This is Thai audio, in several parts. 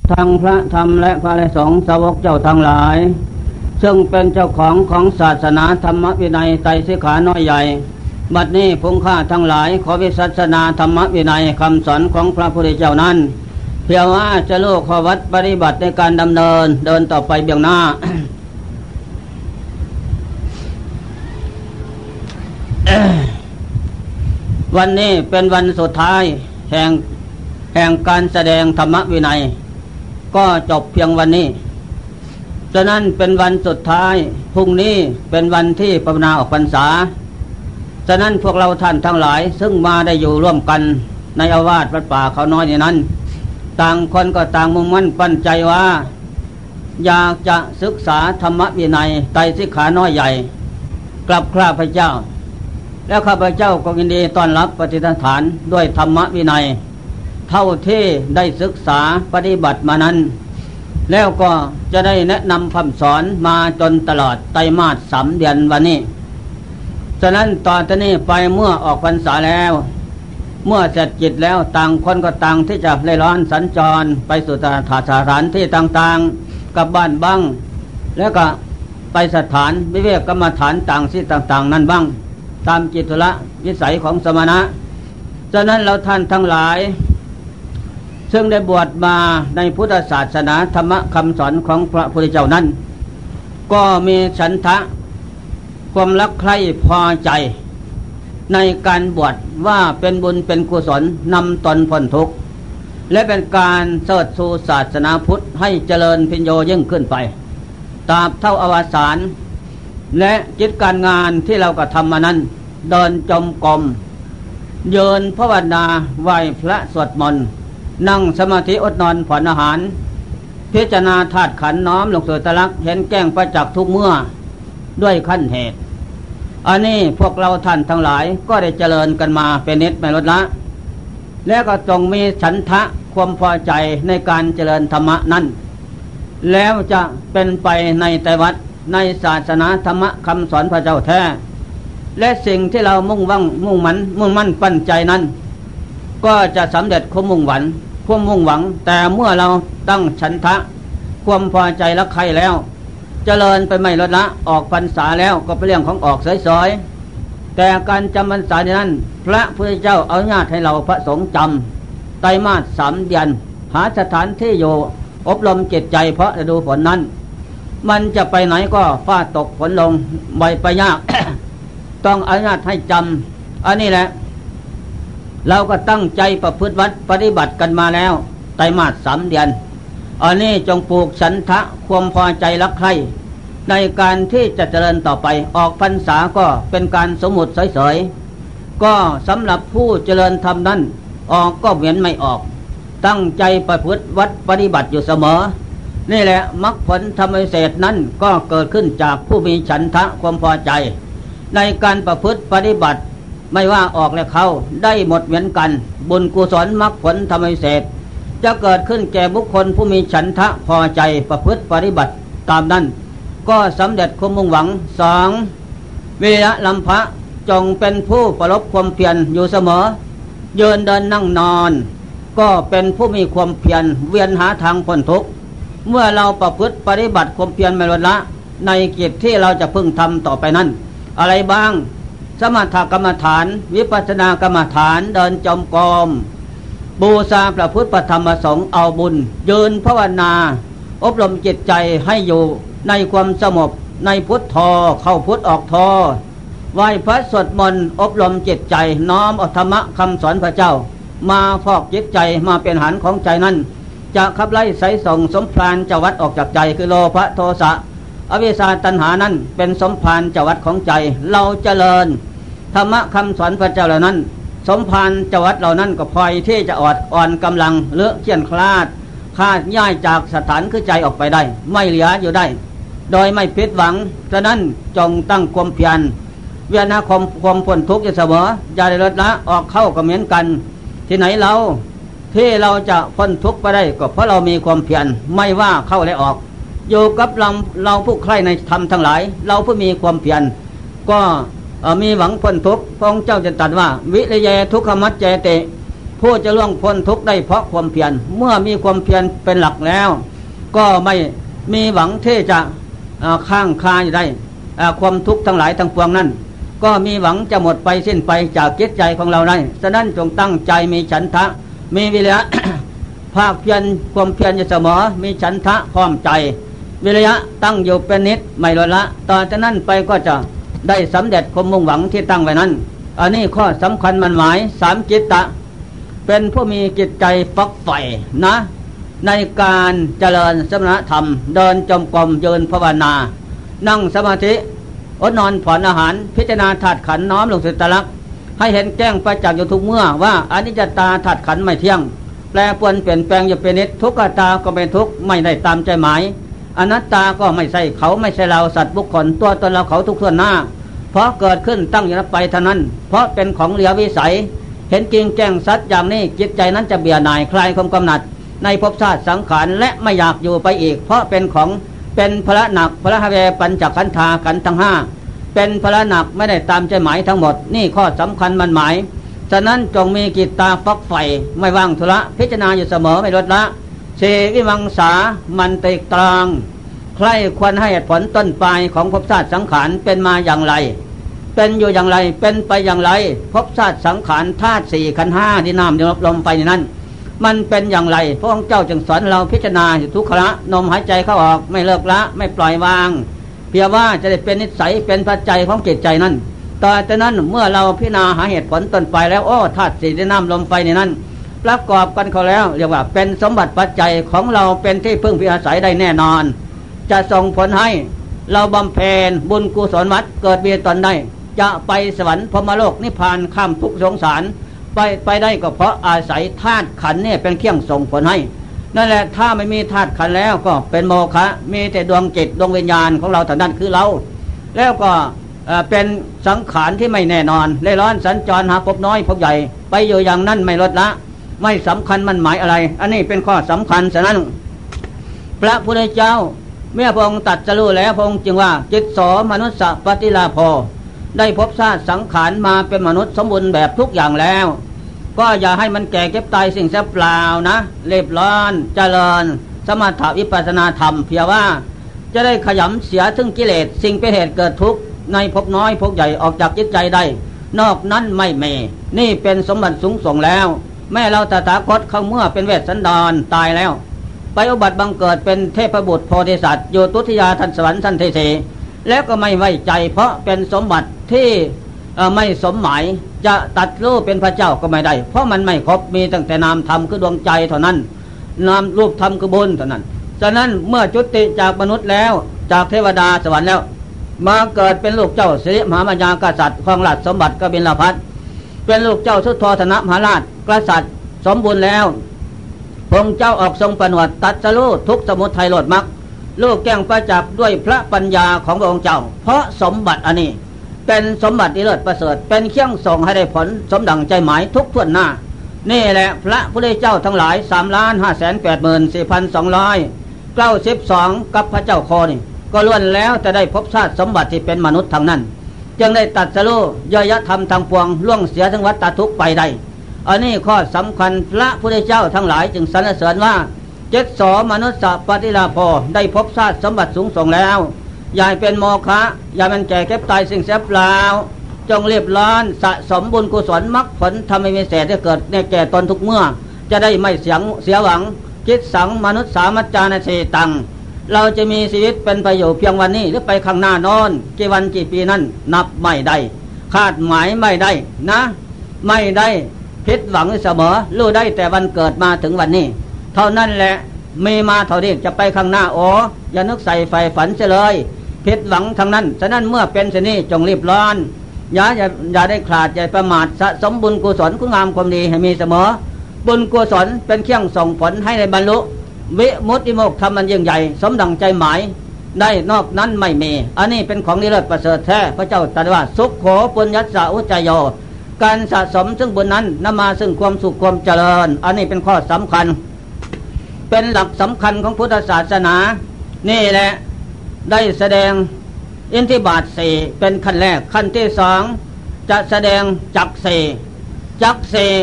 ทั้งพระธรรมและพระสงฆ์สาวกเจ้าทั้งหลายซึ่งเป็นเจ้าของศาสนาธรรมวินัยไตรสิกขาน้อยใหญ่บัดนี้พุงข้าทั้งหลายขอวิสัชนาธรรมวินัยคำสอนของพระพุทธเจ้านั้นเพียงว่าจะลูกขวัดปฏิบัติในการดำเดินต่อไปเบื้องหน้า วันนี้เป็นวันสุดท้ายแห่งการแสดงธรรมวินัยก็จบเพียงวันนี้ฉะนั้นเป็นวันสุดท้ายพรุ่งนี้เป็นวันที่ภาวนาออกพรรษาฉะนั้นพวกเราท่านทั้งหลายซึ่งมาได้อยู่ร่วมกันในอาวาสวัดป่าเขาน้อยนี้นั้นต่างคนก็ต่างมุ่งมั่นปั้นใจว่าอยากจะศึกษาธรรมวินัยไตรสิกขาน้อยใหญ่กลับข้าพเจ้าแล้วข้าพเจ้าก็ยินดีต้อนรับปฏิฐานด้วยธรรมวินัยเท่าที่ได้ศึกษาปฏิบัติมานั้นแล้วก็จะได้แนะนำคำสอนมาจนตลอดไตรมาส3 เดือนวันนี้ฉะนั้นต่อจากนี้ไปเมื่อออกพรรษาแล้วเมื่อเสร็จกิจแล้วต่างคนก็ต่างที่จะเล่ร่อนสัญจรไปสู่สถานที่ต่างๆกับบ้านบ้างแล้วก็ไปสถานวิเวกกรรมฐานต่างที่ต่างๆนั้นบ้างตามจิตตุละวิสัยของสมณะฉะนั้นเราท่านทั้งหลายซึ่งได้บวชมาในพุทธศาสนาธรรมคำสอนของพระพุทธเจ้านั้นก็มีฉันทะความรักใคร่พอใจในการบวชว่าเป็นบุญเป็นกุศลนำตนพ้นทุกข์และเป็นการเสริฐสู่ศาสนาพุทธให้เจริญพิญโยยิ่งขึ้นไปตราบเท่าอวสานและกิจการงานที่เรากระทำมานั้นเดินจมกรมเยินภาวนาไหว้พระสวดมนต์นั่งสมาธิอดนอนผ่อนอาหารพิจารณาธาตุขันธ์น้อมลงสู่ตะลักเห็นแก้งประจักษ์ทุกเมื่อด้วยขั้นเหตุอันนี้พวกเราท่านทั้งหลายก็ได้เจริญกันมาเป็นนิดไม่ลดละและก็จงมีฉันทะความพอใจในการเจริญธรรมะนั้นแล้วจะเป็นไปในไตรวัฏในศาสนาธรรมะคำสอนพระเจ้าแท้และสิ่งที่เรามุ่งมั่นปั้นใจนั้นก็จะสำเร็จความมุ่งหวังแต่เมื่อเราตั้งฉันทะความพอใจและใครแล้วเจริญไปไม่ลดละออกพรรษาแล้วก็เป็นเรื่องของออกสอยๆแต่การจำพรรษานั้นพระพุทธเจ้าเอาญาติให้เราพระสงฆ์จำไตรมาส3 เดือนหาสถานที่อยู่อบรมจิตใจเพราะฤดูฝนนั้นมันจะไปไหนก็ฟ้าตกฝนลงไปยาก ต้องเอาญาติให้จำอันนี้แหละเราก็ตั้งใจประพฤติวัดปฏิบัติกันมาแล้วไตรมาส3 เดือนอันนี้จงปลูกฉันทะความพอใจรักใคร่ในการที่จะเจริญต่อไปออกพรรษาก็เป็นการสมมุติเฉยๆก็สำหรับผู้เจริญธรรมนั้นออกก็เหมือนไม่ออกตั้งใจประพฤติวัดปฏิบัติอยู่เสมอนี่แหละมรรคผลธรรมวิเศษนั้นก็เกิดขึ้นจากผู้มีฉันทะความพอใจในการประพฤติปฏิบัติไม่ว่าออกและเข้าได้หมดเหมือนกันบุญกุศลมรรคผลธรรมวิเศษจะเกิดขึ้นแก่บุคคลผู้มีฉันทะพอใจประพฤติปฏิบัติตามนั้นก็สำเร็จความมุ่งหวัง2วิริยะลัมภะจงเป็นผู้ประลบความเพียรอยู่เสมอยืนเดินนั่งนอนก็เป็นผู้มีความเพียรเวียนหาทางพ้นทุกข์เมื่อเราประพฤติปฏิบัติความเพียรไม่ลดละในกิจที่เราจะพึงทำต่อไปนั้นอะไรบ้างสมถกรรมฐานวิปัสสนากรรมฐานเดินจมกรมบูชาพระพุทธพระธรรมพระสงฆ์เอาบุญยืนภาวนาอบรมจิตใจให้อยู่ในความสงบในพุทธทอเข้าพุทธออกทอไหว้พระสวดมนต์อบรมจิตใจน้อมเอาธรรมะคำสอนพระเจ้ามาฟอกจิตใจมาเป็นอาหารของใจนั้นจะขับไล่ไสส่งสมภารจวัฏออกจากใจคือโลภะโทสะอวิชชาตัณหานั้นเป็นสมภารจวัฏของใจเราเจริญธรรมะคำสอนพระเจ้าเหล่านั้นสมภารจวัฏเหล่านั้นก็พลอยที่จะอ่อนกำลังเลอะเขี้ยนคลาดย้ายจากสถานคือใจออกไปได้ไม่เหลืออยู่ได้โดยไม่ผิดหวังฉะนั้นจงตั้งความเพียรเวียนหาความพ้นทุกข์อยู่เสมออย่าได้ลดละออกเข้าก็เหมือนกันที่ไหนที่เราจะพ้นทุกข์ไปได้ก็เพราะเรามีความเพียรไม่ว่าเข้าและออกอยู่กับเราผู้ใคร่ในธรรมทั้งหลายเราผู้มีความเพียรก็มีหวังพ้นทุกข์พระองค์เจ้าจะตรัสว่าวิริยะทุกขมัจเจติผู้จะล่วงพ้นทุกข์ได้เพราะความเพียรเมื่อมีความเพียรเป็นหลักแล้วก็ไม่มีหวังที่จะข้างคาอยู่ได้ความทุกข์ทั้งหลายทั้งปวงนั้นก็มีหวังจะหมดไปสิ้นไปจากจิตใจของเราได้ฉะนั้นจงตั้งใจมีฉันทะมีวิริยะ ภาคเพียรความเพียรอยู่เสมอมีฉันทะพร้อมใจวิริยะตั้งอยู่เป็นนิดไม่ลดละต่อจากนั้นไปก็จะได้สำเร็จความมุ่งหวังที่ตั้งไว้นั้นอันนี้ข้อสำคัญมันหมายสามจิตตะเป็นผู้มีจิตใจฝักใฝ่นะในการเจริญสมณธรรมเดินจมกรมยืนภาวนานั่งสมาธิอดนอนผ่อนอาหารพิจารณาธาตุขันธ์น้อมลงสู่ตรักให้เห็นแจ้งประจักษ์อยู่ทุกเมื่อว่าอนิจจตาธาตุขันธ์ไม่เที่ยงแปรปรวนเปลี่ยนแปลงอยู่เป็นนิจทุกขตาก็เป็นทุกข์ไม่ได้ตามใจหมายอนัตตาก็ไม่ใช่เขาไม่ใช่เราสัตว์บุคคลตัวตนเราเขาทุกส่วนหน้าเพราะเกิดขึ้นตั้งอยู่ไปเท่านั้นเพราะเป็นของเหลือวิสัยเห็นจริงแจ้งสัตย์อย่างนี้จิตใจนั้นจะเบื่อหน่ายคลายความกำหนัดในภพชาติสังขารและไม่อยากอยู่ไปอีกเพราะเป็นของเป็นภาระหนักภาระเวปัญจขันธาขันธ์ทั้งห้าเป็นภาระหนักไม่ได้ตามใจหมายทั้งหมดนี่ข้อสำคัญมันหมายฉะนั้นจงมีจิตตาฟักใฝ่ไม่ว่างธุระพิจารณาอยู่เสมอไม่ลดละเสวิวังสามันติตรางใครควรให้ผลต้นปลายของภพชาติสังขารเป็นมาอย่างไรเป็นอยู่อย่างไรเป็นไปอย่างไรภพชาติสังขารธาตุสี่ขันธ์ห้าที่น้ำลมไฟนั้นมันเป็นอย่างไรพระองค์เจ้าจึงสอนเราพิจารณาทุกขละนมหายใจเข้าออกไม่เลิกละไม่ปล่อยวางเพียงว่าจะได้เป็นนิสัยเป็นปัจจัยของจิตใจนั้นต่อจากนั้นเมื่อเราพิจารณาหาเหตุผลต้นไปแล้วธาตุสี่ที่น้ำลมไฟในนั้นประกอบกันเขาแล้วเรียกว่าเป็นสมบัติปัจจัยของเราเป็นที่พึ่งพิอาศัยได้แน่นอนจะส่งผลให้เราบำเพ็ญบุญกุศลวัดเกิดมีตนได้จะไปสวรรค์พรหมโลกนิพพานข้ามทุกข์สงสารไปได้ก็เพราะอาศัยธาตุขันธ์เนี่ยเป็นเครื่องส่งผลให้นั่นแหละถ้าไม่มีธาตุขันธ์แล้วก็เป็นโมฆะมีแต่ดวงจิตดวงวิญญาณของเราเท่านั้นคือเราแล้วก็เป็นสังขารที่ไม่แน่นอนเล่ร่อนสัญจรหาพบน้อยพบใหญ่ไปอยู่อย่างนั้นไม่ลดละไม่สำคัญมันหมายอะไรอันนี้เป็นข้อสำคัญฉะนั้นพระพุทธเจ้าเมื่อพระองค์ตรัสรู้แล้วพระองค์จึงว่าจิตโสมนุสสะปฏิลาภได้พบชาติสังขารมาเป็นมนุษย์สมบูรณ์แบบทุกอย่างแล้วก็อย่าให้มันแก่เก็บตายสิ่งเสียเปล่านะเรียบร้อนเจริญสมถะวิปัสสนาธรรมเพียงว่าจะได้ขยำเสียถึงกิเลสสิ่งเป็นเหตุเกิดทุกข์ในภพน้อยภพใหญ่ออกจากจิตใจได้นอกนั้นไม่มีนี่เป็นสมบัติสูงส่งแล้วแม่เราตถาคตเขาเมื่อเป็นเวสสันดรตายแล้วไปอุบัติบังเกิดเป็นเทพบุตรโพธิสัตว์อยู่ตุติยาทันสวรรค์ทันเทเทแล้วก็ไม่ไว้ใจเพราะเป็นสมบัติที่ไม่สมหมายจะตัดรูปเป็นพระเจ้าก็ไม่ได้เพราะมันไม่ครบมีตั้งแต่นามธรรมคือดวงใจเท่านั้นนามรูปธรรมคือบุญเท่านั้นฉะนั้นเมื่อจุติจากมนุษย์แล้วจากเทวดาสวรรค์แล้วมาเกิดเป็นลูกเจ้าสิริมหามายากษัตริย์ของราชสมบัติกบิลพัสเป็นลูกเจ้าสุโธธนะมหาราชกษัตริย์สมบูรณ์แล้วพระองค์เจ้าออกทรงประนวดตัดสรู้ทุกสมุทัยโลดมรรคลูกแก้งประจักษ์ด้วยพระปัญญาของพระองค์เจ้าเพราะสมบัติอันนี้เป็นสมบัติที่เลิศประเสริฐเป็นเครื่องส่งให้ได้ผลสมดังใจหมายทุกท่วนหน้านี่แหละพระพุทธเจ้าทั้งหลาย 3,584,292 กับพระเจ้าโคนี่ก็ล้วนแล้วจะได้พบชาติสมบัติที่เป็นมนุษย์ทั้งนั้นจึงได้ตัดสรู้ยยธรรมทางปวงล่วงเสียทั้งวัฏทุกข์ไปได้อันนี้ข้อสำคัญพระพุทธเจ้าทั้งหลายจึงสรรเสริญว่าเจ็ดสมนุสสะปฏิลาภได้พบชาติสมบัติสูงส่งแล้วอย่าเป็นโมฆะอย่าเป็นแก่เก็บตายสิ่งเสียเปล่าจงเรียบร้อนสะสมบุญกุศลมรรคผลทำให้มีเศษได้เกิดในแก่ตนทุกเมื่อจะได้ไม่เสียหวังจิตสังมนุษย์สามัจจานาเสตังเราจะมีชีวิตเป็นประโยชน์เพียงวันนี้หรือไปข้างหน้านอนกี่วันกี่ปีนั้นนับไม่ได้คาดหมายไม่ได้นะไม่ได้ผิดหวังเสมอรู้ได้แต่วันเกิดมาถึงวันนี้เท่านั้นแหละมีมาเท่านี้จะไปข้างหน้าอย่านึกใส่ไฟฝันเสียเลยผิดหวังทางนั้นฉะนั้นเมื่อเป็นเช่นนี้จงรีบร้อนอย่าได้ขาดอย่าประมาทสะสมบุญกุศลคุณงามความดีให้มีเสมอบุญกุศลเป็นเครื่องส่งผลให้ได้บรรลุวิมุตติโมกข์ธรรมมันยิ่งใหญ่สมดังใจหมายได้นอกนั้นไม่มีอันนี้เป็นของนิเลิศประเสริฐแท้พระเจ้าตรัสว่าสุขโขปุญญัสสะอุจจโยการสะสมซึ่งบุญนั้นนำมาซึ่งความสุขความเจริญอันนี้เป็นข้อสำคัญเป็นหลักสำคัญของพุทธศาสนานี่แหละได้แสดงอินทริบาทสี่เป็นขั้นแรกขั้นที่สองจะแสดงจักสี่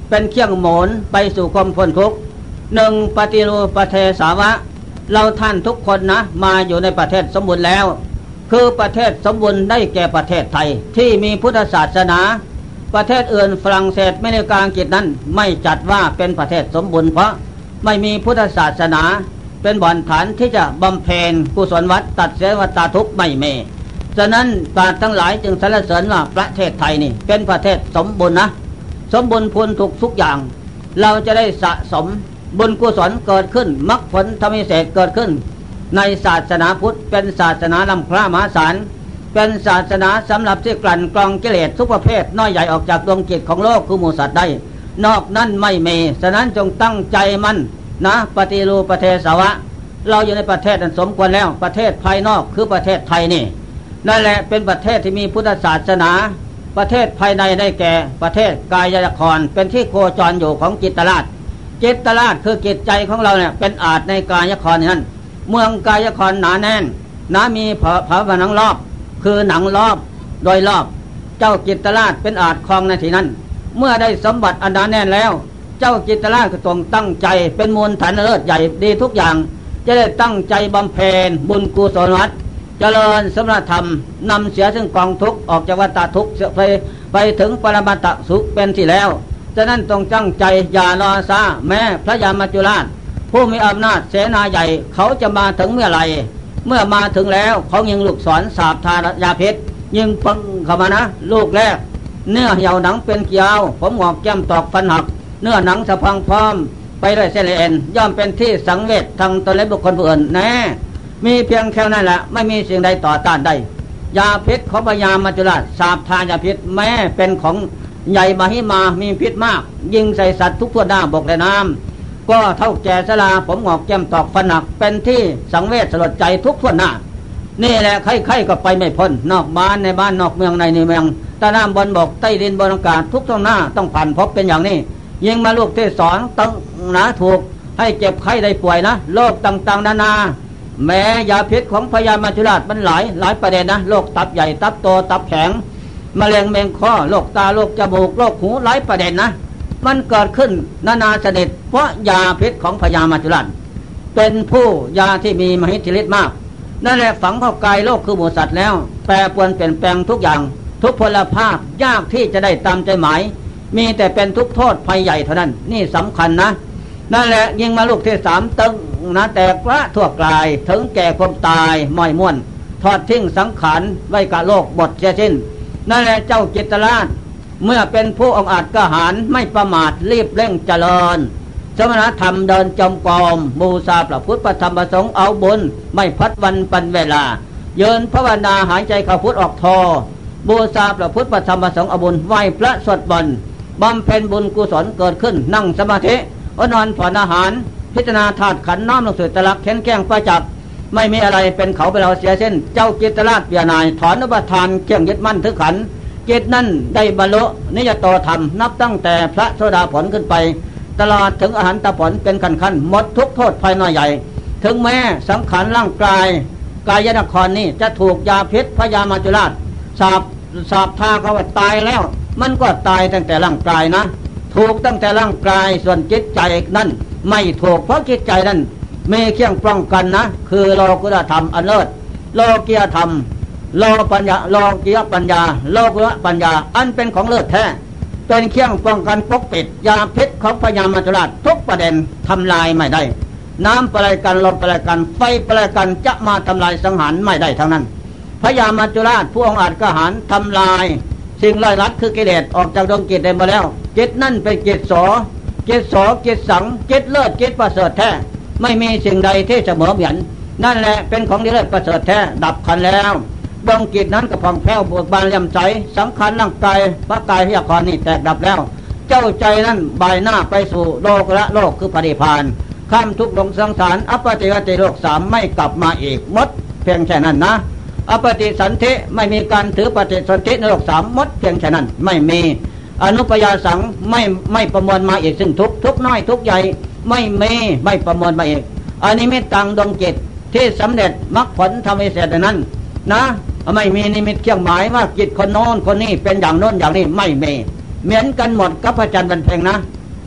เป็นเครื่องหมุนไปสู่ความพ้นทุกข์หนึ่งปฏิรูปประเทศสาวะเราท่านทุกคนนะมาอยู่ในประเทศสมบูรณ์แล้วคือประเทศสมบูรณ์ได้แก่ประเทศไทยที่มีพุทธศาสนาประเทศอื่นฝรั่งเศสอเมริกาอังกฤษนั้นไม่จัดว่าเป็นประเทศสมบูรณ์เพราะไม่มีพุทธศาสนาเป็นบ่อนฐานที่จะบำเพ็ญกุศลวัดตัดเสียวัฏทุกข์ไม่มีฉะนั้นปราชญ์ทั้งหลายจึงสรรเสริญว่าประเทศไทยนี่เป็นประเทศสมบูรณ์นะสมบูรณ์พูนทุกอย่างเราจะได้สะสมบุญกุศลเกิดขึ้นมรรคผลธรรมวิเศษเกิดขึ้นในศาสนาพุทธเป็นศาสนาล้ำค่ามหาศาลเป็นศาสนาสำหรับที่กลั่นกรองกิเลสทุกประเภทน้อยใหญ่ออกจากดวงจิตของโลกคือหมู่สัตว์ได้นอกนั้นไม่มีฉะนั้นจงตั้งใจมั่นนะปฏิรูปประเทศสาวะเราอยู่ในประเทศนั้นสมควรแล้วประเทศภายนอกคือประเทศไทยนี่นั่นแหละเป็นประเทศที่มีพุทธศาสนาประเทศภายในได้แก่ประเทศกายนครเป็นที่โคจรอยู่ของจิตตราชจิตตราชคือจิตใจของเราเนี่ยเป็นอาจในกายนครนั้นเมืองกายนครหนาแน่นมีผาผนังรอบคือหนังรอบโดยรอบเจ้าจิตตราชเป็นอาจครองในที่นั้นเมื่อได้สมบัติอันหนาแน่นแล้วเจ้าจิตตราชก็ต้องตั้งใจเป็นมูลฐานเลิศใหญ่ดีทุกอย่างจะได้ตั้งใจบำเพ็ญบุญกุศลวัดเจริญสมณธรรมนำเสียซึ่งกองทุกข์ออกจากวัฏทุกข์ไปถึงปรมัตถสุขเป็นที่แล้วฉะนั้นต้องตั้งใจอย่ารอช้าแม้พระยามัจจุราชผู้มีอำนาจเสนาใหญ่เขาจะมาถึงเมื่อไรเมื่อมาถึงแล้วเขายิงลูกศรสาบทายาเพชรยิงปังเข้ามานะลูกแรกเนื้อเหี่ยวหนังเป็นเกลียวผมหงอกแก้มตอกฟันหักเนื้อหนังสะพังพร้อมไปด้วยเส้นเอ็นย่อมเป็นที่สังเวชทางตนและบุคคลผู้อื่นแน่มีเพียงแค่นั้นแหละไม่มีสิ่งใดต่อต้านได้ยาพิษของพญามัจจุราชสาบทายาพิษแม้เป็นของใหญ่มหิมามีพิษมากยิงใส่สัตว์ทุกทั่วหน้าบกและน้ำก็เท่าแก่ชราผมหงอกแก้มตอกฟันหักเป็นที่สังเวชสลดใจทุกทั่วหน้านี่แหละใครๆก็ไปไม่พ้นนอกบ้านในบ้านนอกเมืองในเมืองใต้น้ำบนบกใต้ดินบนอากาศทุกทั่วหน้าต้องผ่านพบเป็นอย่างนี้ยิงมาลูกที่สองต้องนะถูกให้เจ็บไข้ได้ป่วยนะโรคต่างๆนานาแม้ยาพิษของพญามัจจุราชมันหลายประเด็นนะโรคตับใหญ่ตับโตตับแข็งมะเร็งเมงคอโรคตาโรคจมูกโรคหูหลายประเด็นนะมันเกิดขึ้นนานาชนิดเพราะยาพิษของพญามัจจุราชเป็นผู้ยาที่มีมหิทธิฤทธิ์มากนั่นแหละฝังเข้ากายโลกคือหมู่สัตว์แล้วแปรปรวนเปลี่ยนแปลงทุกอย่างทุกพลภาพยากที่จะได้ตามใจหมายมีแต่เป็นทุกโทษภัยใหญ่เท่านั้นนี่สำคัญนะนั่นแหละยิงมาลูกที่สามตึงนะแตกละทั่วกายถึงแก่ความตายม้อยม่วนทอดทิ้งสังขารไว้กับโลกหมดเสียสิ้นนั่นแหละเจ้าจิตตราชเมื่อเป็นผู้องอาจกล้าหาญไม่ประมาทรีบเร่งเจริญสมณธรรมเดินจมกรมบูชาพระพุทธพระธรรมพระสงฆ์เอาบุญไม่พัดวันปันเวลาเยินภาวนาหายใจเข้าพุทธออกโทบูชาพระพุทธพระธรรมพระสงฆ์เอาบุญไหว้พระสวดมนต์บำเพ็ญบุญกุศลเกิดขึ้นนั่งสมาธินอนผ่อนอาหารพิจารณาธาตุขันธ์น้อมลงสู่ตรักแข็งแกร่งประจับไม่มีอะไรเป็นเขาเป็นเราเสียเส้นเจ้าจิตตราชเปียนายถอนอุปทานเครื่องยึดมั่นถือขันธ์จิตนั้นได้บรรลุนิยตธรรมนับตั้งแต่พระโสดาผลขึ้นไปตลอดถึงอรหันตผลเป็นขั้นหมดทุกโทษภายในใหญ่ถึงแม้สังขารร่างกายกายนครนี้จะถูกยาพิษพญามัจจุราชสาบทาเขาว่าตายแล้วมันก็ตายตั้งแต่ร่างกายนะถูกตั้งแต่ร่างกายส่วนจิตใจนั่นไม่ถูกเพราะจิตใจนั้นมีเครื่องป้องกันนะคือโลกุตธรรมอันเลิศโลกียธรรมโลปัญญาโลกียปัญญาโลกุตปัญญาอันเป็นของเลิศแท้เป็นเครื่องป้องกันปกปิดยาพิษของพญามัจจุราชทุกประเด็นทำลายไม่ได้น้ำประไรกันลมประไรกันไฟประไรกันจะมาทำลายสังหารไม่ได้ทั้งนั้นพญามัจจุราชผู้องอาจกล้าหาญทำลายสิ่งไร้ลัดคือกิเลสออกจากดวงจิตได้มาแล้วจิตนั่นเป็นจิตโสจิตสังจิตเลิศจิตประเสริฐแท้ไม่มีสิ่งใดที่เสมอเหมือนนั่นแหละเป็นของที่เลิศประเสริฐแท้ดับขันแล้วดวงจิตนั้นก็ผ่องแผ้วเบิกบานเลี่ยมใสสังขารร่างกายพระกายพยาครนี่แตกดับแล้วเจ้าใจนั้นบ่ายหน้าไปสู่โลกละโลกคือปฏิภาณข้ามทุกข์ลงสังสารอัปปติวติโลกสามไม่กลับมาอีกหมดเพียงแค่นั้นนะอปฏิสันธิไม่มีการถือปฏิสันธิในโลกสามหมดเพียงแค่นั้นไม่มีอนุปยาสังไม่ประมวลมาอีกซึ่งทุกน้อยทุกใหญ่ไม่ประมวลมาอีกอันนี้ไม่ตังดวงจิตที่สำเร็จมรรคผลธรรมวิเศษนั้นนะไม่มีนิมิตเครื่องหมายว่าจิตคนโน้นคนนี้เป็นอย่างโน้นอย่างนี้ไม่มีเหมือนกันหมดกับพระจันทร์บรรเพ็งนะ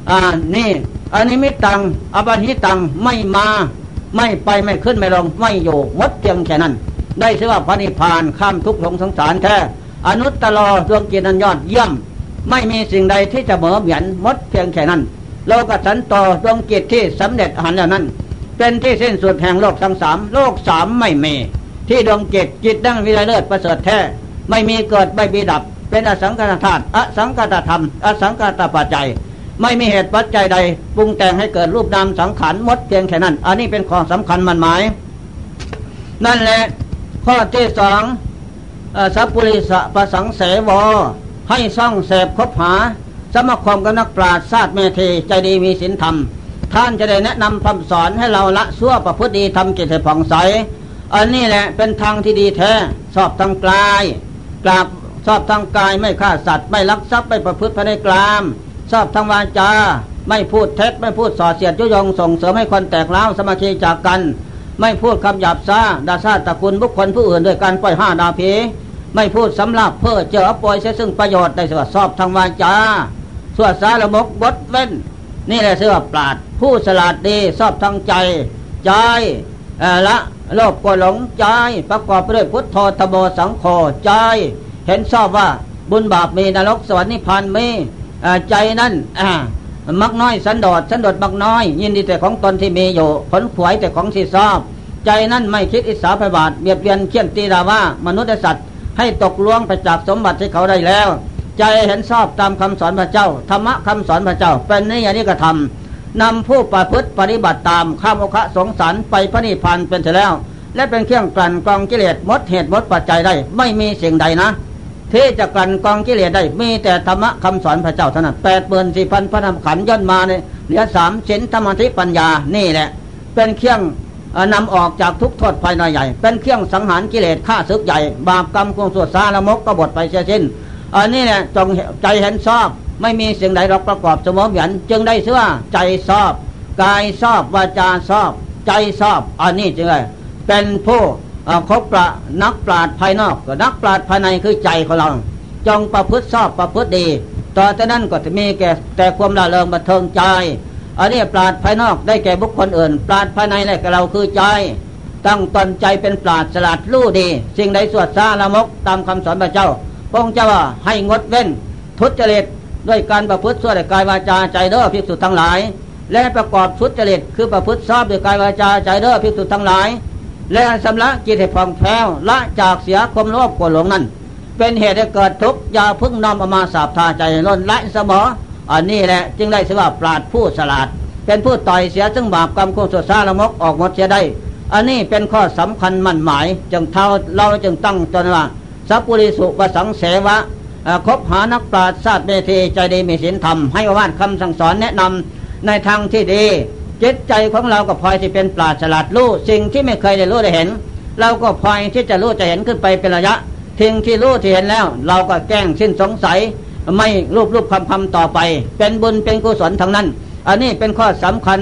นี่อนิมิตตังอปหิตังไม่มาไม่ไปไม่ขึ้นไม่ลงไม่อยู่หมดเพียงแค่นั้นได้ชื่อว่าพระนิพพานข้ามทุกข์ลงสงสารแท้อนุตตรดวงจิตอันยอดเยี่ยมไม่มีสิ่งใดที่จะเหมือนเหมือนหมดเพียงแค่นั้นโลกสันโตดวงจิตที่สำเร็จอรหันต์แล้วนั้นเป็นที่สิ้นสุดแห่งโลกทั้งสามโลกสามไม่มีที่ดวงจิตดั้งวิไลเลิศประเสริฐแท้ไม่มีเกิดไม่มีดับเป็นอสังขตธาตุอสังขตธรรมอสังขตปัจจัยไม่มีเหตุปัจจัยใดปรุงแต่งให้เกิดรูปนามสังขารหมดเพียงแค่นั้นอันนี้เป็นข้อสำคัญมันหมายนั่นแหละข้อที่สองสัพพุริสประสังเสวให้ซ่องเสพคบหาสมาคมกับนักปราชญ์ชาติเมธีใจดีมีศีลธรรมท่านจะได้แนะนำคำสอนให้เราละชั่วประพฤติดีทำจิตให้ผ่องใสอันนี้แหละเป็นทางที่ดีแท้ชอบทางกายกราบชอบทางกายไม่ฆ่าสัตว์ไม่ลักทรัพย์ไม่ประพฤติภายในกลามชอบทางวาจาไม่พูดเท็จไม่พูดส่อเสียดยุยงส่งเสริมให้คนแตกร้าวสามัคคีจากกันไม่พูดคำหยาบซ่าด่าซาตะกุลบุคคลผู้อื่นด้วยการปล่อยห้าด่าผีไม่พูดสำลับเพื่อเจอปล่อยเสียซึ่งประโยชน์ได้สวดชอบทางวาจาสวดสารมกบดเว้นนี่แหละเสื้อปราดผู้ฉลาดดีชอบทางใจละโลภก็หลงใจประกอบไปด้วยพุทโธธโมสังโฆใจเห็นชอบว่าบุญบาปมีนรกสวรรค์นิพพานมีใจนั้นมักน้อยสันโดษมักน้อยยินดีแต่ของตนที่มีอยู่ผลขวยแต่ของที่ชอบใจนั้นไม่คิดอิจฉาพยาบาทเบียดเบียนเคี่ยนตีด่าว่ามนุษย์และสัตว์ให้ตกล่วงไปจากสมบัติที่เขาได้แล้วใจเห็นชอบตามคำสอนพระเจ้าธรรมะคำสอนพระเจ้าเป็นนิยานิกธรรมนำผู้ประพฤติปฏิบัติตามข้ามโอคะสงสารไปพระนิพพานเป็นเสร็จแล้วและเป็นเครื่องกลั่นกรองกิเลสหมดเหตุหมดปัจจัยได้ไม่มีสิ่งใดนะที่จะกลั่นกรองกิเลสได้มีแต่ธรรมะคำสอนพระเจ้าเท่านั้น84,000พระธรรมขันธ์ย่นมาในเหลือ3ศีลธรรมธิปัญญานี่แหละเป็นเครื่องนำออกจากทุกข์โทษภายในใหญ่เป็นเครื่องสังหารกิเลสฆ่าศึกใหญ่บาปกรรมกุศลสารมกก็บทไปเสียสิ้นอันนี้แหละจงใจเห็นชอบไม่มีสิ่งใดหรอกประกอบเสมอเหมือนจึงได้ชื่อว่าใจชอบกายชอบวาจาชอบใจชอบอันนี้จึงเลยเป็นผู้คบประนักปราชญ์ภายนอกกับนักปราชญ์ภายในคือใจของเราจงประพฤติชอบประพฤติดีต่อจากนั้นก็จะมีแต่ความละเลงบันเทิงใจอันนี้ปราชญ์ภายนอกได้แก่บุคคลอื่นปราชญ์ภายในได้แก่เราคือใจตั้งตนใจเป็นปราชญ์ฉลาดรู้ดีสิ่งใดสวดสาละมกตามคำสอนพระเจ้าพระองค์เจ้าว่าให้งดเว้นทุจริตด้วยการประพฤติชั่วด้วยกายวาจาใจเด้อภิกษุทั้งหลายและประกอบทุจริตคือประพฤติชอบด้วยกายวาจาใจเด้อภิกษุทั้งหลายและชำระจิตให้ผ่องแผ้วละจากเสียความโลภโกรธหลงนั้นเป็นเหตุให้เกิดทุกข์อย่าพึ่งน้อมเอามาสาบทาใจล้นละเสมออันนี้แหละจึงได้ชื่อว่าปราชญ์ผู้ฉลาดเป็นผู้ต่อยเสียซึ่งบาปกรรมกุศลสารมกออกหมดเสียได้อันนี้เป็นข้อสำคัญมั่นหมายจึงเราจึงตั้งตนว่าสัพพุริสุประสังเสวะคบหานักปราชญ์ชาติเมธีใจดีมีศีลธรรมให้อวาทคำสั่งสอนแนะนำในทางที่ดีจิตใจของเราก็พลอยที่เป็นปราชญ์ฉลาดรู้สิ่งที่ไม่เคยได้รู้ได้เห็นเราก็พลอยที่จะรู้จะเห็นขึ้นไปเป็นระยะทิ้งที่รู้ที่เห็นแล้วเราก็แกล้งสิ้นสงสัยไม่รูปคำต่อไปเป็นบุญเป็นกุศลทั้งนั้นอันนี้เป็นข้อสำคัญ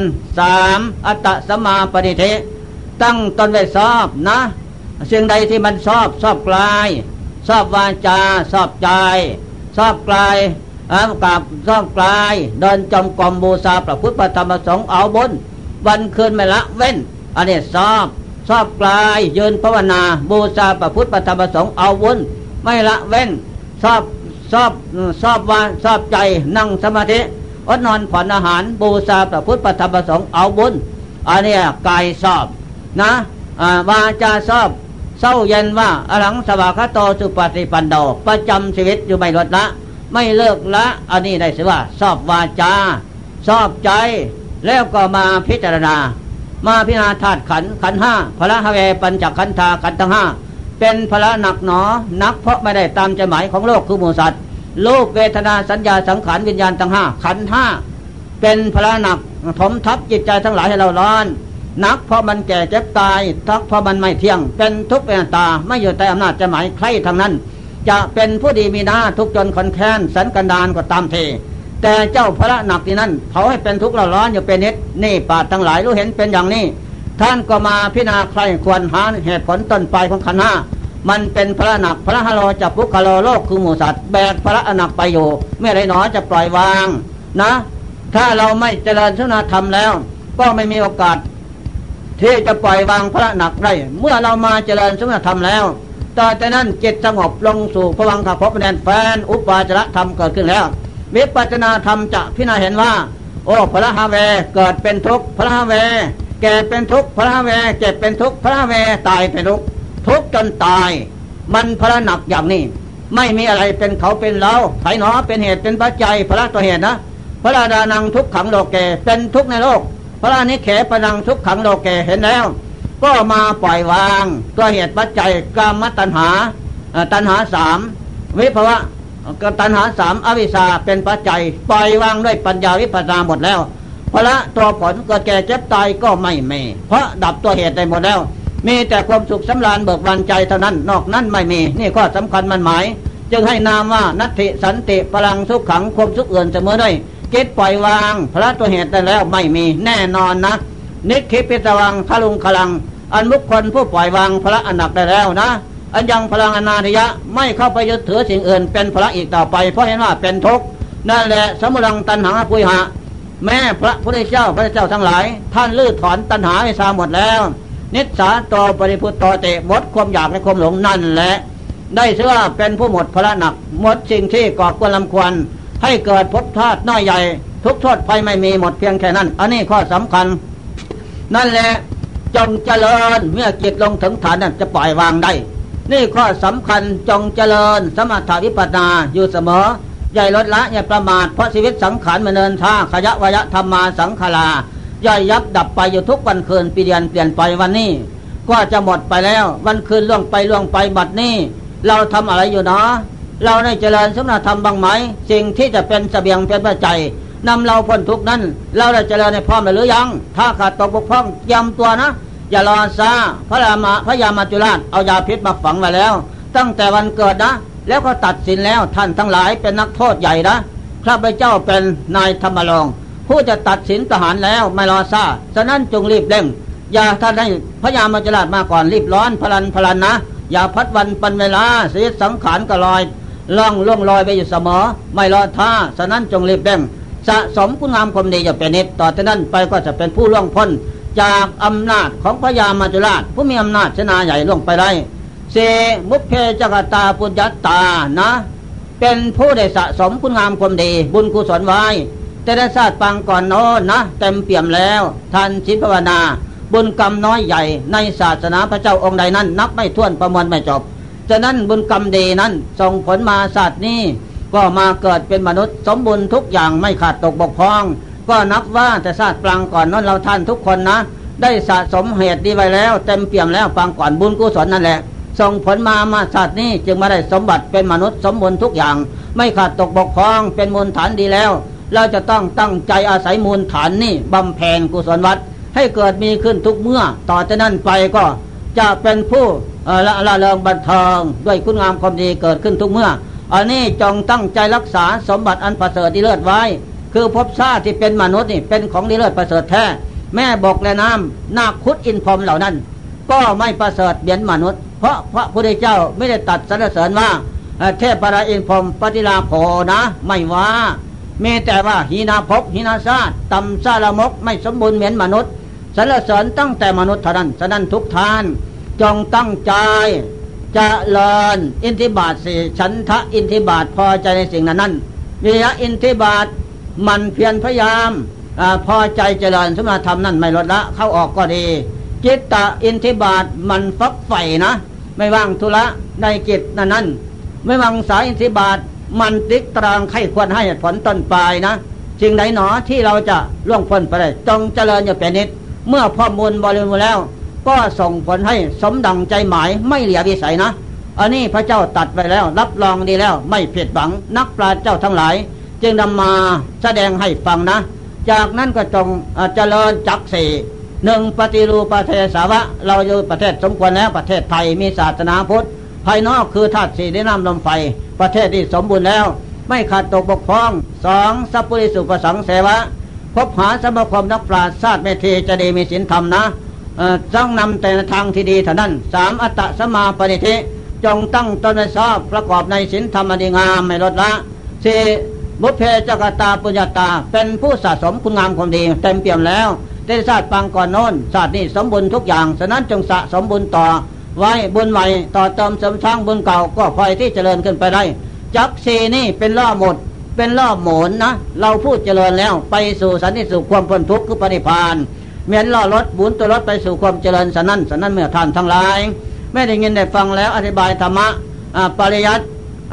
3อัตตสัมมาปณิทิตั้งตนไว้ชอบนะสิ่งใดที่มันชอบกายชอบวาจาชอบใจชอบกายกับชอบกายเดินจงกรมบูชาพระพุทธธรรมสงฆ์เอาบุญวันคืนไม่ละเว้นอันนี้ชอบกายยืนภาวนาบูชาพระพุทธธรรมสงฆ์เอาบุญไม่ละเว้นชอบวาชอบใจนั่งสมาธิอดนอนผ่อนอาหารบูชาพระพุทธธรรมสงฆ์เอาบุญอันนี้กายชอบนะวาจาชอบเศร้าเย็นว่าอรหังสวากขาโตสุปฏิปันโนประจำชีวิตอยู่ไม่ลดละไม่เลิกละอันนี้ได้ชื่อว่าชอบวาจาชอบใจแล้วก็มาพิจารณาธาตุขันธ์ห้าพละหะเวปัญจขันธาขันธ์ทั้งห้าเป็นพละหนักหนอนักเพราะไม่ได้ตามใจหมายของโลกคือหมู่สัตว์รูปเวทนาสัญญาสังขารวิญญาณทั้งห้าขันธ์ห้าเป็นพละหนักถมทับจิตใจทั้งหลายให้เราร้อนนักเพราะมันแก่เจ็บตายทักเพราะมันไม่เที่ยงเป็นทุกข์เป็นอนัตตาไม่อยู่ใต้อำนาจใจหมายใครทั้งนั้นจะเป็นผู้ดีมีหน้าทุกจนคนแค้นสันกันดานก็ตามเทแต่เจ้าพระหนักที่นั้นเผาให้เป็นทุกข์ร้อนอยู่เป็นนิดนี่ปราชญ์ทั้งหลายรู้เห็นเป็นอย่างนี้ท่านก็มาพิจารณาใครควรหาเหตุผลต้นปลายของขันธ์ห้ามันเป็นพระหนักพระฮะโลจับพุกคโลโลกคือหมู่สัตว์แบกพระหนักไปอยู่เมื่อไรหนอจะปล่อยวางนะถ้าเราไม่เจริญศีลธรรมแล้วก็ไม่มีโอกาสที่จะปล่อยวางพระหนักได้เมื่อเรามาเจริญศีลธรรมแล้วต่อจากนั้นจิตสงบลงสู่ภวังคภพแดนแฟนอุปาจารธรรมเกิดขึ้นแล้ววิปัสสนาธรรมจะพิจารณาเห็นว่าโอ้พระหาเวเกิดเป็นทุกข์พระหาเวแก่เป็นทุกข์พระหาเวเจ็บเป็นทุกข์พระหาเวตายเป็นทุกข์ทุกข์จนตายมันพระหนักอย่างนี้ไม่มีอะไรเป็นเขาเป็นเราไถหนอเป็นเหตุเป็นปัจจัยพระตัวเหตุนะพระดานังทุกขังโลเกเป็นทุกข์ในโลกพระนิเขปนังทุกขังโลเกเห็นแล้วก็มาปล่อยวางตัวเหตุปัจจัยกามตัณหาสามวิภวะตัณหาสามอวิชชาเป็นปัจจัยปล่อยวางด้วยปัญญาวิปัสสนาหมดแล้วพระตัวผลเกิดแก่เจ็บตายก็ไม่มีเพราะดับตัวเหตุได้หมดแล้วมีแต่ความสุขสำราญเบิกบานใจเท่านั้นนอกนั้นไม่มีนี่ข้อสำคัญมันหมายจึงให้นามว่านัตถิสันติพลังสุขขังความสุขอื่นเสมอด้วยจิตปล่อยวางพระตัวเหตุได้แล้วไม่มีแน่นอนนะนิคิปิตวังคลุงคลังอันบุคคลผู้ปล่อยวางพระอนักได้แล้วนะอันยังพลังอนาธิยะไม่เข้าไปยึดถือสิ่งอื่นเป็นพระอีกต่อไปเพราะเห็นว่าเป็นทุกข์นั่นแหละสมุลังตัณหาปุยหะแม่พระพุทธเจ้าทั้งหลายท่านลื้อถอนตัณหาวิชาหมดแล้วนิสสาโตปริพุตโตเตหมดความอยากและความหลงนั่นแหละได้ชื่อว่าเป็นผู้หมดพระหนักหมดสิ่งที่ก่อควรลำควรให้เกิดภพชาติน้อยใหญ่ทุกโทษภัยไม่มีหมดเพียงแค่นั้นอันนี้ข้อสำคัญนั่นแหละจงเจริญเมื่อจิตลงถึงฐานนั้นจะปล่อยวางได้นี่ข้อสำคัญจงเจริญสมถะวิปัสสนาอยู่เสมออย่าลดละอย่าประมาทเพราะชีวิตสังขารมันเดินท่าขยะวยธรรมาสังขาราย่อยยับดับไปอยู่ทุกวันคืนปีเดือนเปลี่ยนไปวันนี้ก็จะหมดไปแล้ววันคืนล่วงไปบัดนี้เราทำอะไรอยู่เนาะเราได้เจริญสมณธรรมบ้างไหมสิ่งที่จะเป็นเสบียงเป็นปัจจัยนำเราพ้นทุกข์นั้นเราได้เจริญในพร้อมหรือยังถ้าขาดตกบกพร่องย้ำตัวนะอย่ารอซาพระยามาจุราชเอายาพิษมาฝังไว้แล้วตั้งแต่วันเกิดนะแล้วก็ตัดสินแล้วท่านทั้งหลายเป็นนักโทษใหญ่นะข้าพเจ้าเป็นนายธรรมรงค์ผู้จะตัดสินทหารแล้วไม่รอซาฉะนั้นจงรีบเร่งอย่าท่านให้พระยามาจุราชมาก่อนรีบร้อนพลันนะอย่าพัดวันปันเวลาเสียสังขารก็ลอยล่องลอยไปอยู่เสมอไม่รอท่าฉะนั้นจงรีบเร่งสะสมคุณงามความดีอย่าเป็นนิดต่อจากนั้นไปก็จะเป็นผู้ล่วงพ้นจากอำนาจของพระยามาจุราชผู้มีอำนาจชนะใหญ่ล่วงไปได้เสมุขเพจกตาปุญญตานะเป็นผู้ได้สะสมคุณงามความดีบุญกุศลไว้แต่ได้ชาติปางก่อนโน้นนะเต็มเปี่ยมแล้วท่านชินภาวนาบุญกรรมน้อยใหญ่ในศาสนาพระเจ้าองค์ใดนั้นนับไม่ถ้วนประมวลไม่จบฉะนั้นบุญกรรมดีนั้นส่งผลมาศาสตร์นี้ก็มาเกิดเป็นมนุษย์สมบูรณ์ทุกอย่างไม่ขาดตกบกพร่องก็นับว่าแต่ชาติปางก่อนนั้นเราท่านทุกคนนะได้สะสมเหตุดีไว้แล้วเต็มเปี่ยมแล้วปางก่อนบุญกุศลนั่นแหละส่งผลมาศาสตร์นี้จึงมาได้สมบัติเป็นมนุษย์สมบูรณ์ทุกอย่างไม่ขาดตกบกพร่องเป็นมูลฐานดีแล้วเราจะต้องตั้งใจอาศัยมูลฐานนี้บำเพ็ญกุศลวัดให้เกิดมีขึ้นทุกเมื่อต่อจากนั้นไปก็จะเป็นผู้ละเริงบันเทิงด้วยคุณงามความดีเกิดขึ้นทุกเมื่ออันนี้จงตั้งใจรักษาสมบัติอันประเสริฐที่เลิศไว้คือภพชาติที่เป็นมนุษย์นี่เป็นของดีเลิศประเสริฐแท้แม่บกและน้ำนาคุดอินพรหมเหล่านั้นก็ไม่ประเสริฐเหมือนมนุษย์เพราะพระพุทธเจ้าไม่ได้ตัดสรรเสริญว่าเทพราอินพรหมปฏิลาโภนะไม่ว่ามีแต่ว่าหีนาภพหีนาชาติต่ำซาลมกไม่สมบูรณ์เหมือนมนุษย์สรรเสริญตั้งแต่มนุษย์เท่านั้นฉะนั้นทุกท่านจงตั้งใจจะเลินอินทิบาทสี่ฉันทะอินทิบาทพอใจในสิ่งนั้นวิริยะอินทิบาทมันเพียรพยายามพอใจเจริญสมณธรรมนั่นไม่ลดละเข้าออกก็ดีจิตตะอินทิบาทมันฟักใฝ่นะไม่ว่างธุระในกิจนั้นไม่ว่างสายอินทิบาทมันติ๊กตรางไข้ควรให้ผลต้นปลายนะสิ่งไหนหนอที่เราจะล่วงพ้นไปได้จงเจริญอย่าเป็นนิดเมื่อข้อมูลบริบูรณ์แล้วก็ส่งผลให้สมดังใจหมายไม่เหลียววิสัยนะอันนี้พระเจ้าตัดไว้แล้วรับรองดีแล้วไม่ผิดหวังนักปราชญ์เจ้าทั้งหลายจึงนำมาแสดงให้ฟังนะจากนั้นก็จงเจริญจักสี่หนึ่งปฏิรูปประเทศสาวะเราอยู่ประเทศสมควรแล้วประเทศไทยมีศาสนาพุทธภายนอกคือธาตุสี่ดินน้ำลมไฟประเทศที่สมบูรณ์แล้วไม่ขาดตกบกพร่องสองสัพพุริสุปสังเสวะพบหาสมาคมนักปราชญ์ชาติเมธีจะดีมีศีลธรรมนะต้องนำแต่ทางที่ดีเท่านั้นสามอัตตสมาปณิธิจงตั้งตนให้ชอบประกอบในศีลธรรมดีงามไม่ลดละสี่บุพเพจักตาปุญญาตาเป็นผู้สะสมคุณงามความดีเต็มเปี่ยมแล้วในชาติปางก่อนโน้นชาตินี้สมบูรณ์ทุกอย่างฉะนั้นจงสะสมบุญต่อไว้บุญใหม่ต่อเติมเสริมสร้างบุญเก่าก็พลอยที่เจริญขึ้นไปได้จักสีนี่เป็นล่อหมดเป็นล่อหมุนนะเราพูดเจริญแล้วไปสู่สันติสุขความพ้นทุกข์คือปณิพพานเหมือนล่อรถบุญตัวรถไปสู่ความเจริญฉะนั้นเมื่อท่านทั้งหลายไม่ได้ยินได้ฟังแล้วอธิบายธรรมะปริยัติ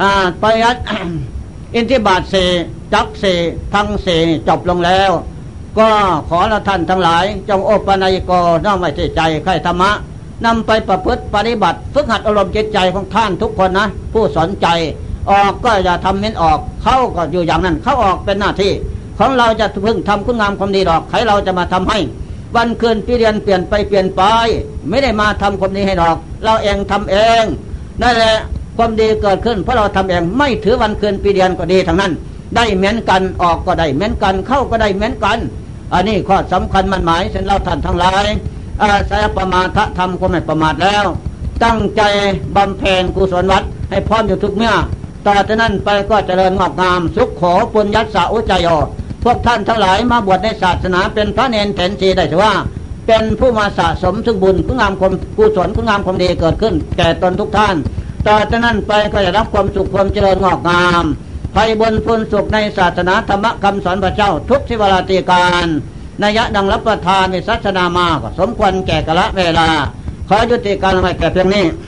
อินทิบาทเสจักเสทั้งเสจบลงแล้วก็ขอละท่านทั้งหลายจงโอปนัยโกน้อมไว้ที่ใจใคร่ธรรมะนำไปประพฤติปฏิบัติฝึกหัดอารมณ์จิตใจของท่านทุกคนนะผู้สนใจออกก็อย่าทำเม้นออกเข้าก็อยู่อย่างนั้นเข้าออกเป็นหน้าที่ของเราจะพึ่งทำคุณงามความดีดอกใครเราจะมาทำให้วันคืนปีเดือนเปลี่ยนไปไม่ได้มาทำความดีให้ดอกเราเองทำเองนั่นแหละความดีเกิดขึ้นเพราะเราทำเองไม่ถือวันคืนปีเดือนก็ดีทั้งนั้นได้เหมือนกันออกก็ได้เหมือนกันเข้าก็ได้เหมือนกันอันนี้ข้อสำคัญมันหมายเช่นเราท่านทั้งหลายอาศัยประมาทธรรมก็ไม่ประมาทแล้วตั้งใจบำเพ็ญกุศลวัดให้พร้อมอยู่ทุกเมื่อต่อจากนั้นไปก็เจริญงอกงามสุขโขปุญญัสสะอุจจโยพวกท่านทั้งหลายมาบวชในศาสนาเป็นพระเนรเถรชีได้ถือว่าเป็นผู้มาสะสมซึ่งบุญคุณงามความกุศลคุณงามความดีเกิดขึ้นแก่ตนทุกท่านต่อจากนั้นไปก็จะรับความสุขความเจริญงอกงามภัยบนพ้นสุขในศาสนาธรรมคำสอนพระเจ้าทุกสิวราตีการนัยดังรับประทานในศาสนามาก็สมควรแก่กาลเวลาขอยุติการไว้แก่เพียงนี้